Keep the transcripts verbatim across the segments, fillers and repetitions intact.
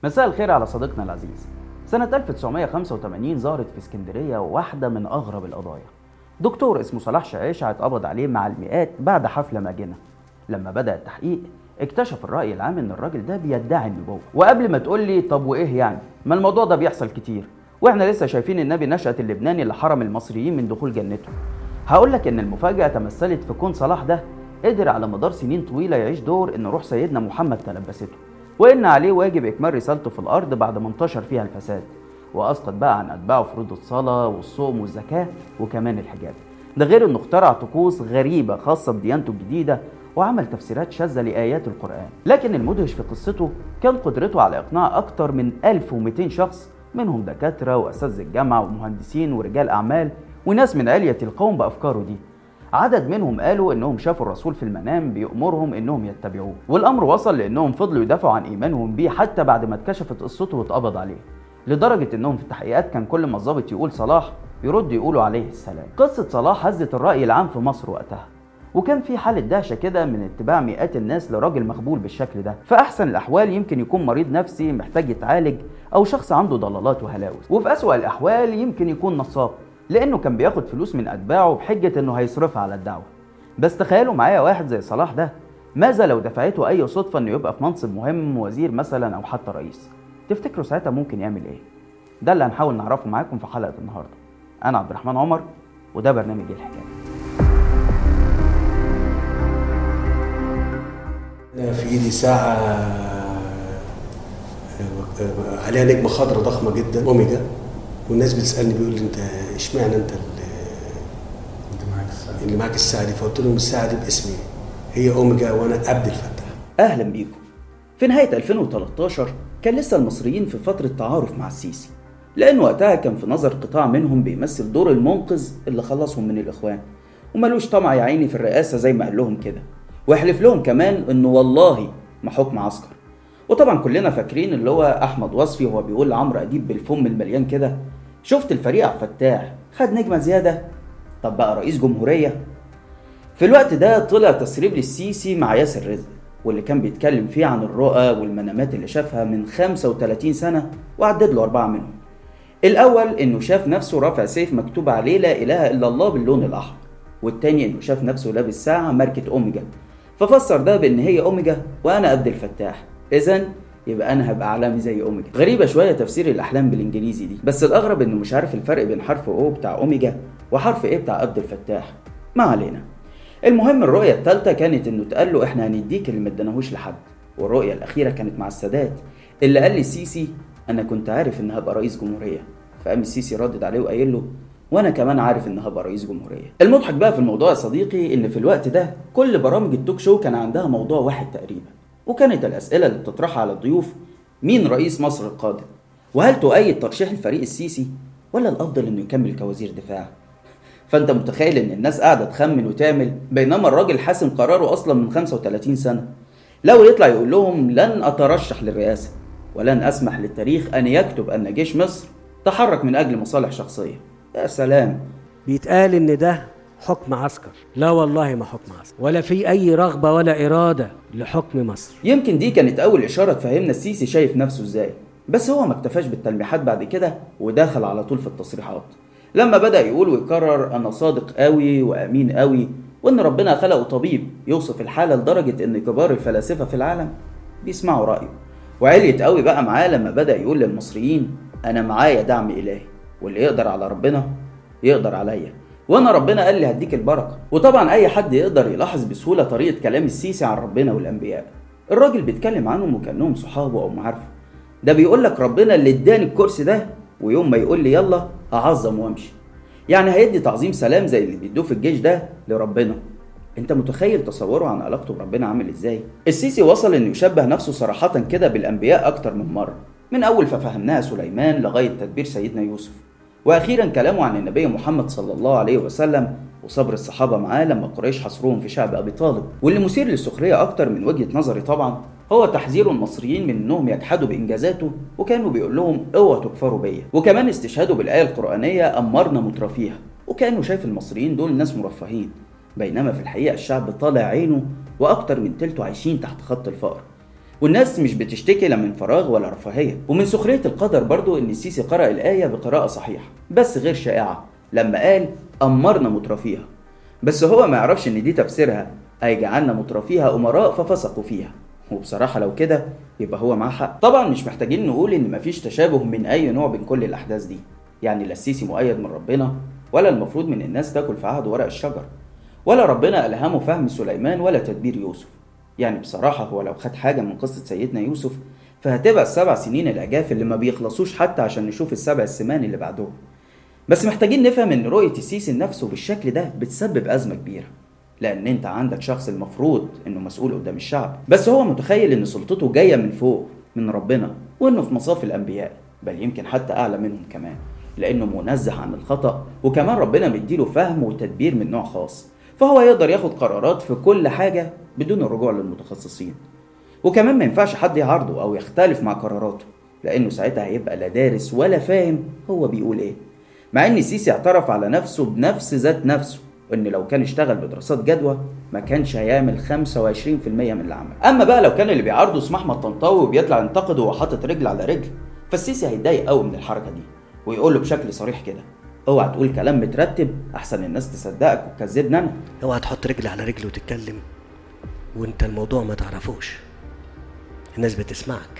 مساء الخير على صديقنا العزيز. سنة ألف وتسعمائة وخمسة وثمانين ظهرت في اسكندرية واحدة من أغرب القضايا. دكتور اسمه صلاح شعيشة اتقبض عليه مع المئات بعد حفلة ماجنة. لما بدأ التحقيق اكتشف الرأي العام ان الراجل ده بيدعي النبوة. وقبل ما تقول لي طب وايه يعني، ما الموضوع ده بيحصل كتير واحنا لسه شايفين النبي نشأت اللبناني اللي حرم المصريين من دخول جنته. هقولك ان المفاجأة تمثلت في كون صلاح ده قدر على مدار سنين طويلة يعيش دور ان روح سيدنا محمد تلبسته، وإن عليه واجب إكمال رسالته في الأرض بعد ما انتشر فيها الفساد، وأسقط بقى عن أتباعه فروض الصلاة والصوم والزكاة وكمان الحجاب. ده غير إنه اخترع طقوس غريبة خاصة بديانته الجديدة وعمل تفسيرات شاذة لآيات القرآن. لكن المدهش في قصته كان قدرته على إقناع أكتر من ألف ومئتين شخص، منهم دكاترة وأساتذة الجامعة ومهندسين ورجال أعمال وناس من علية القوم بأفكاره دي. عدد منهم قالوا انهم شافوا الرسول في المنام بيأمرهم انهم يتبعوه، والامر وصل لانهم فضلوا يدافعوا عن ايمانهم بيه حتى بعد ما اتكشفت قصته واتقبض عليه، لدرجه انهم في التحقيقات كان كل ما الضابط يقول صلاح يرد يقولوا عليه السلام. قصه صلاح هزت الراي العام في مصر وقتها، وكان في حاله دهشه كده من اتباع مئات الناس لراجل مخبول بالشكل ده. في احسن الاحوال يمكن يكون مريض نفسي محتاج يتعالج، او شخص عنده ضلالات وهلاوس، وفي اسوأ الاحوال يمكن يكون نصاب لانه كان بياخد فلوس من اتباعه بحجه انه هيصرفها على الدعوه. بس تخيلوا معايا واحد زي صلاح ده، ماذا لو دفعته اي صدفه انه يبقى في منصب مهم، وزير مثلا او حتى رئيس؟ تفتكروا ساعتها ممكن يعمل ايه؟ ده اللي هنحاول نعرفه معاكم في حلقه النهارده. انا عبد الرحمن عمر، وده برنامج الحكايه. أنا في ايدي ساعه عليها نجمه خضراء ضخمه جدا اوميجا، والناس بتسالني بيقول لي انت اشمعنى انت اللي معاك الساعه دي؟ فقلت لهم الساعه دي باسمي، هي اوميجا وانا عبد الفتاح. اهلا بيكم. في نهايه ألفين وثلاثة عشر كان لسه المصريين في فتره تعارف مع السيسي، لان وقتها كان في نظر قطاع منهم بيمثل دور المنقذ اللي خلصهم من الاخوان، ومالوش طمع يا عيني في الرئاسه زي ما قال لهم كده، ويحلف لهم كمان انه والله ما حكم عسكر. وطبعا كلنا فاكرين اللي هو احمد وصفي وهو بيقول لعمرو اديب بالفم المليان كده: شفت الفريق عبد الفتاح خد نجمه زياده، طب بقى رئيس جمهوريه. في الوقت ده طلع تسريب للسيسي مع ياسر رزق، واللي كان بيتكلم فيه عن الرؤى والمنامات اللي شافها من خمسة وثلاثين سنه، وعدد له اربعه منهم. الاول انه شاف نفسه رافع سيف مكتوب عليه لا اله الا الله باللون الاحمر، والتاني انه شاف نفسه لابس ساعه ماركه اوميجا، ففسر ده بان هي اوميجا وانا عبد الفتاح، اذن يبقى انا هبقى اعلامي زي اوميجا. غريبه شويه تفسير الاحلام بالانجليزي دي، بس الاغرب انه مش عارف الفرق بين حرف او بتاع اوميجا وحرف ايه بتاع عبد الفتاح. ما علينا. المهم الرؤيه الثالثه كانت انه اتقال له احنا هنديك اللي ما اديناهوش لحد، والرؤيه الاخيره كانت مع السادات اللي قال للسيسي انا كنت عارف ان هبقى رئيس جمهوريه، فقام السيسي ردد عليه وقايل له وانا كمان عارف ان هبقى رئيس جمهوريه. المضحك بقى في الموضوع يا صديقي ان في الوقت ده كل برامج التوك شو كان عندها موضوع واحد تقريبا، وكانت الاسئله اللي بتطرحها على الضيوف مين رئيس مصر القادم، وهل تؤيد ترشيح الفريق السيسي ولا الافضل انه يكمل كوزير دفاع. فانت متخيل ان الناس قاعده تخمن وتعمل، بينما الراجل حاسم قراره اصلا من خمسة وثلاثين سنه. لو يطلع يقول لهم لن اترشح للرئاسه ولن اسمح للتاريخ ان يكتب ان جيش مصر تحرك من اجل مصالح شخصيه. يا سلام. بيتقال ان ده حكم عسكر، لا والله ما حكم عسكر، ولا في اي رغبه ولا اراده لحكم مصر. يمكن دي كانت اول اشاره تفهمنا السيسي شايف نفسه ازاي، بس هو ما اكتفاش بالتلميحات بعد كده ودخل على طول في التصريحات، لما بدأ يقول ويكرر أنا صادق قوي وأمين قوي، وإن ربنا خلقه طبيب يوصف الحالة لدرجة إن كبار الفلاسفة في العالم بيسمعوا رأيه. وعليت قوي بقى معاه لما بدأ يقول للمصريين أنا معايا دعم إلهي، واللي يقدر على ربنا يقدر عليا، وأنا ربنا قال لي هديك البركة. وطبعا أي حد يقدر يلاحظ بسهولة طريقة كلام السيسي عن ربنا والأنبياء. الراجل بيتكلم عنهم وكأنهم صحابه أو معارفه. ده بيقول لك ربنا اللي اداني الكرسي ده، ويوم ما يقول لي يلا اعظم وامشي. يعني هيدي تعظيم سلام زي اللي بيدوه في الجيش ده لربنا. انت متخيل تصوره عن علاقته بربنا عامل ازاي؟ السيسي وصل انه يشبه نفسه صراحة كده بالانبياء اكتر من مرة، من اول ففهمناها سليمان لغاية تدبير سيدنا يوسف، واخيرا كلامه عن النبي محمد صلى الله عليه وسلم وصبر الصحابة معاه لما قريش حصروهم في شعب ابي طالب. واللي مثير للسخرية اكتر من وجهة نظري طبعا هو تحذير المصريين من انهم يجحدوا بانجازاته، وكانوا بيقول لهم اوعوا تكفروا بيا، وكمان استشهادوا بالايه القرانيه امرنا مترفيها، وكانوا شايف المصريين دول ناس مرفهين، بينما في الحقيقه الشعب طالع عينه واكتر من تلته عايشين تحت خط الفقر. والناس مش بتشتكي لا من فراغ ولا رفاهية. ومن سخرية القدر برضو إن السيسي قرأ الآية بقراءة صحيحة بس غير شائعة لما قال أمرنا مترفيها، بس هو ما يعرفش إن دي تفسيرها أي جعلنا مترفيها أمراء ففسقوا فيها. وبصراحة لو كده يبقى هو معاه حق. طبعا مش محتاجين نقول إن مفيش تشابه من أي نوع بين كل الأحداث دي، يعني لا السيسي مؤيد من ربنا ولا المفروض من الناس تاكل في عهد ورق الشجر، ولا ربنا ألهمه فهم سليمان ولا تدبير يوسف. يعني بصراحة هو لو خد حاجة من قصة سيدنا يوسف فهتبقى السبع سنين العجاف اللي ما بيخلصوش حتى عشان نشوف السبع السمان اللي بعدهم. بس محتاجين نفهم ان رؤية السيسي نفسه بالشكل ده بتسبب أزمة كبيرة، لأن انت عندك شخص المفروض انه مسؤول قدام الشعب، بس هو متخيل ان سلطته جاية من فوق من ربنا، وانه في مصاف الأنبياء بل يمكن حتى أعلى منهم كمان، لأنه منزه عن الخطأ، وكمان ربنا مديله فهم وتدبير من نوع خاص، فهو يقدر ياخد قرارات في كل حاجة بدون الرجوع للمتخصصين. وكمان ما ينفعش حد يعارضه أو يختلف مع قراراته، لأنه ساعتها هيبقى لا دارس ولا فاهم هو بيقول إيه. مع إن السيسي اعترف على نفسه بنفس ذات نفسه وإن لو كان اشتغل بدراسات جدوى ما كانش هيعمل خمسة وعشرين في المية من اللي عمله. أما بقى لو كان اللي بيعارضه اسمه أحمد طنطاوي وبيطلع ينتقده وحاطط رجل على رجل، فالسيسي هيتضايق قوي من الحركة دي ويقول له بشكل صريح كده: اوعى تقول كلام مترتب احسن الناس تصدقك وتكذبني انا. اوعى تحط رجل على رجل وتتكلم وانت الموضوع ما تعرفوش. الناس بتسمعك،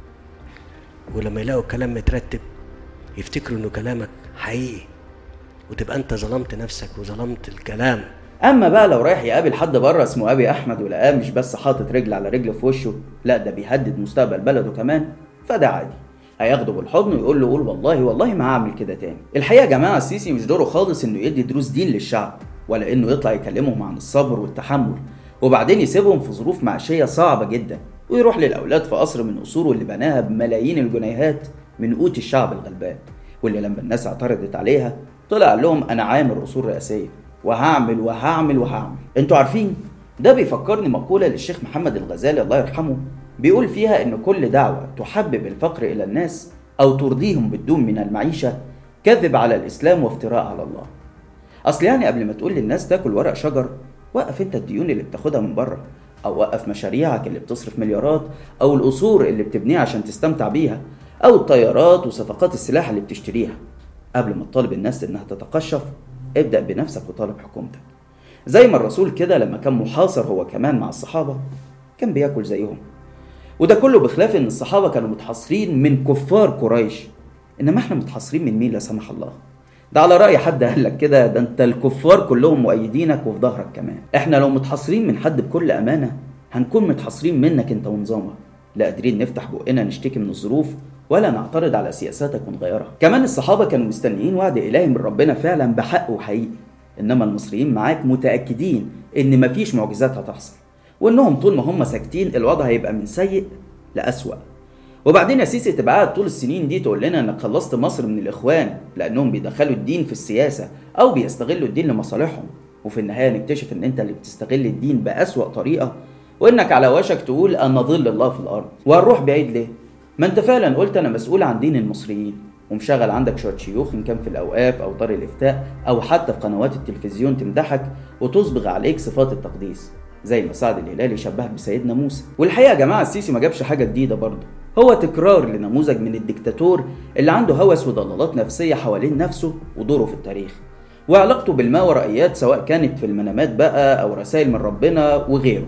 ولما يلاقوا الكلام مترتب يفتكروا انه كلامك حقيقي، وتبقى انت ظلمت نفسك وظلمت الكلام. اما بقى لو رايح يقابل حد بره اسمه ابي احمد ولقاه مش بس حاطط رجل على رجل في وشه، لا ده بيهدد مستقبل بلده كمان، فده عادي، هياخده بالحضن ويقول له: قول والله والله ما هعمل كده تاني. الحقيقه يا جماعه السيسي مش دوره خالص انه يدي دروس دين للشعب، ولا انه يطلع يكلمهم عن الصبر والتحمل وبعدين يسيبهم في ظروف معيشيه صعبه جدا ويروح للاولاد في قصر من قصوره اللي بناها بملايين الجنيهات من قوت الشعب الغلبان، واللي لما الناس اعترضت عليها طلع قال لهم: انا عامل اصول رئاسيه وهعمل وهعمل وهعمل. انتوا عارفين ده بيفكرني مقوله للشيخ محمد الغزالي الله يرحمه، بيقول فيها ان كل دعوة تحبب الفقر الى الناس او ترضيهم بالدون من المعيشة كذب على الاسلام وافتراء على الله. اصل يعني قبل ما تقول للناس تاكل ورق شجر، وقف انت الديون اللي بتاخدها من بره، او وقف مشاريعك اللي بتصرف مليارات، او القصور اللي بتبنيها عشان تستمتع بيها، او الطيارات وصفقات السلاح اللي بتشتريها. قبل ما تطالب الناس انها تتقشف ابدأ بنفسك وطالب حكومتك. زي ما الرسول كده لما كان محاصر هو كمان مع الصحابة كان بياكل زيهم، وده كله بخلاف ان الصحابة كانوا متحصرين من كفار قريش، انما احنا متحصرين من مين لا سمح الله؟ ده على رأي حد قال لك كده: ده انت الكفار كلهم مؤيدينك وفي ظهرك كمان. احنا لو متحصرين من حد بكل امانة هنكون متحصرين منك انت ونظامك، لا قادرين نفتح بقنا نشتكي من الظروف ولا نعترض على سياساتك ونغيرها. كمان الصحابة كانوا مستنيين وعد الهي من ربنا فعلا بحق وحقيقي، انما المصريين معاك متأكدين ان مفيش معجزات هتحصل، وانهم طول ما هم ساكتين الوضع هيبقى من سيء لأسوأ. وبعدين يا سيسي تبقى قاعد طول السنين دي تقول لنا انك خلصت مصر من الاخوان لانهم بيدخلوا الدين في السياسة او بيستغلوا الدين لمصالحهم، وفي النهاية نكتشف ان انت اللي بتستغل الدين بأسوأ طريقة، وانك على وشك تقول انا ظل الله في الارض. وهنروح بعيد ليه؟ ما انت فعلا قلت انا مسؤول عن دين المصريين، ومشغل عندك شوية شيوخ ان كان في الاوقاف او دار الافتاء او حتى في قنوات التلفزيون تمدحك وتصبغ عليك صفات التقديس، زي ما سعد الهلالي شبه بسيدنا موسى. والحقيقة يا جماعة السيسي ما جابش حاجة جديدة برضه، هو تكرار لنموذج من الدكتاتور اللي عنده هوس وضلالات نفسية حوالين نفسه ودوره في التاريخ وعلاقته بالماورائيات، سواء كانت في المنامات بقى او رسائل من ربنا وغيره.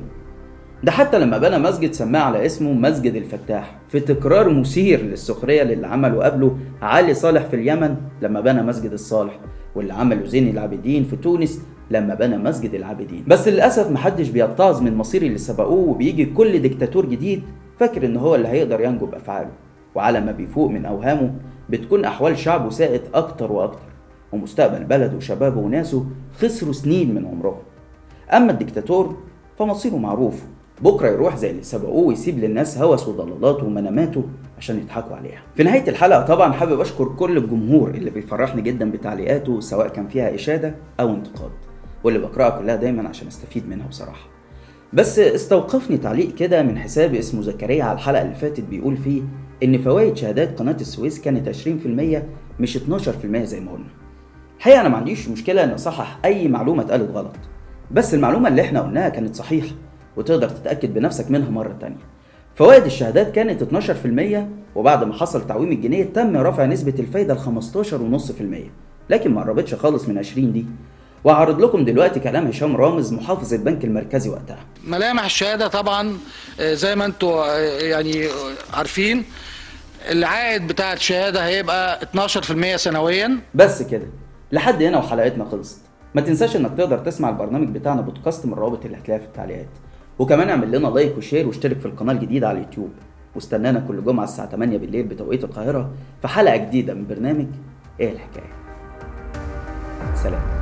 ده حتى لما بنى مسجد سماه على اسمه مسجد الفتاح، في تكرار مثير للسخرية للي عمله قبله علي صالح في اليمن لما بنى مسجد الصالح، واللي عمله زين العابدين في تونس لما بنى مسجد العابدين. بس للأسف محدش بيتعظ من مصير اللي سبقوه، وبيجي كل ديكتاتور جديد فاكر ان هو اللي هيقدر ينجو بأفعاله، وعلى ما بيفوق من أوهامه بتكون أحوال شعبه ساءت أكتر وأكتر، ومستقبل بلده وشبابه وناسه خسروا سنين من عمرهم. أما الديكتاتور فمصيره معروف، بكرة يروح زي اللي سبقوه ويسيب للناس هوس وضلالات ومناماته عشان يضحكوا عليها. في نهاية الحلقة طبعا حابب أشكر كل الجمهور اللي بيفرحني جدا بتعليقاته، سواء كان فيها إشادة أو انتقاد، واللي بقرأها كلها دايما عشان استفيد منها بصراحة. بس استوقفني تعليق كده من حساب اسمه زكريا على الحلقة اللي فاتت، بيقول فيه إن فوائد شهادات قناة السويس كانت عشرين في المية مش اتناشر في المية زي ما قلنا. الحقيقة أنا ما عنديش مشكلة إن أصحح أي معلومة اتقالت غلط، بس المعلومة اللي إحنا قلناها كانت صحيحة وتقدر تتأكد بنفسك منها مرة تانية. فوائد الشهادات كانت اتناشر في المية، وبعد ما حصل تعويم الجنيه تم رفع نسبة الفايدة ل خمستاشر فاصلة خمسة في المية، لكن ما قربتش خالص من عشرين دي. وهعرض لكم دلوقتي كلام هشام رامز محافظ البنك المركزي وقتها. ملامح الشهادة طبعا زي ما انتوا يعني عارفين، العائد بتاع الشهادة هيبقى اتناشر في المية سنويا. بس كده، لحد هنا وحلقتنا خلصت. ما تنساش انك تقدر تسمع البرنامج بتاعنا بودكاست من الروابط اللي هتلاقيها في التعليقات، وكمان اعمل لنا لايك وشير واشترك في القناة الجديدة على اليوتيوب، واستنانا كل جمعة الساعة تمانية بالليل بتوقيت القاهرة في حلقة جديدة من برنامج ايه الحكاية. سلام.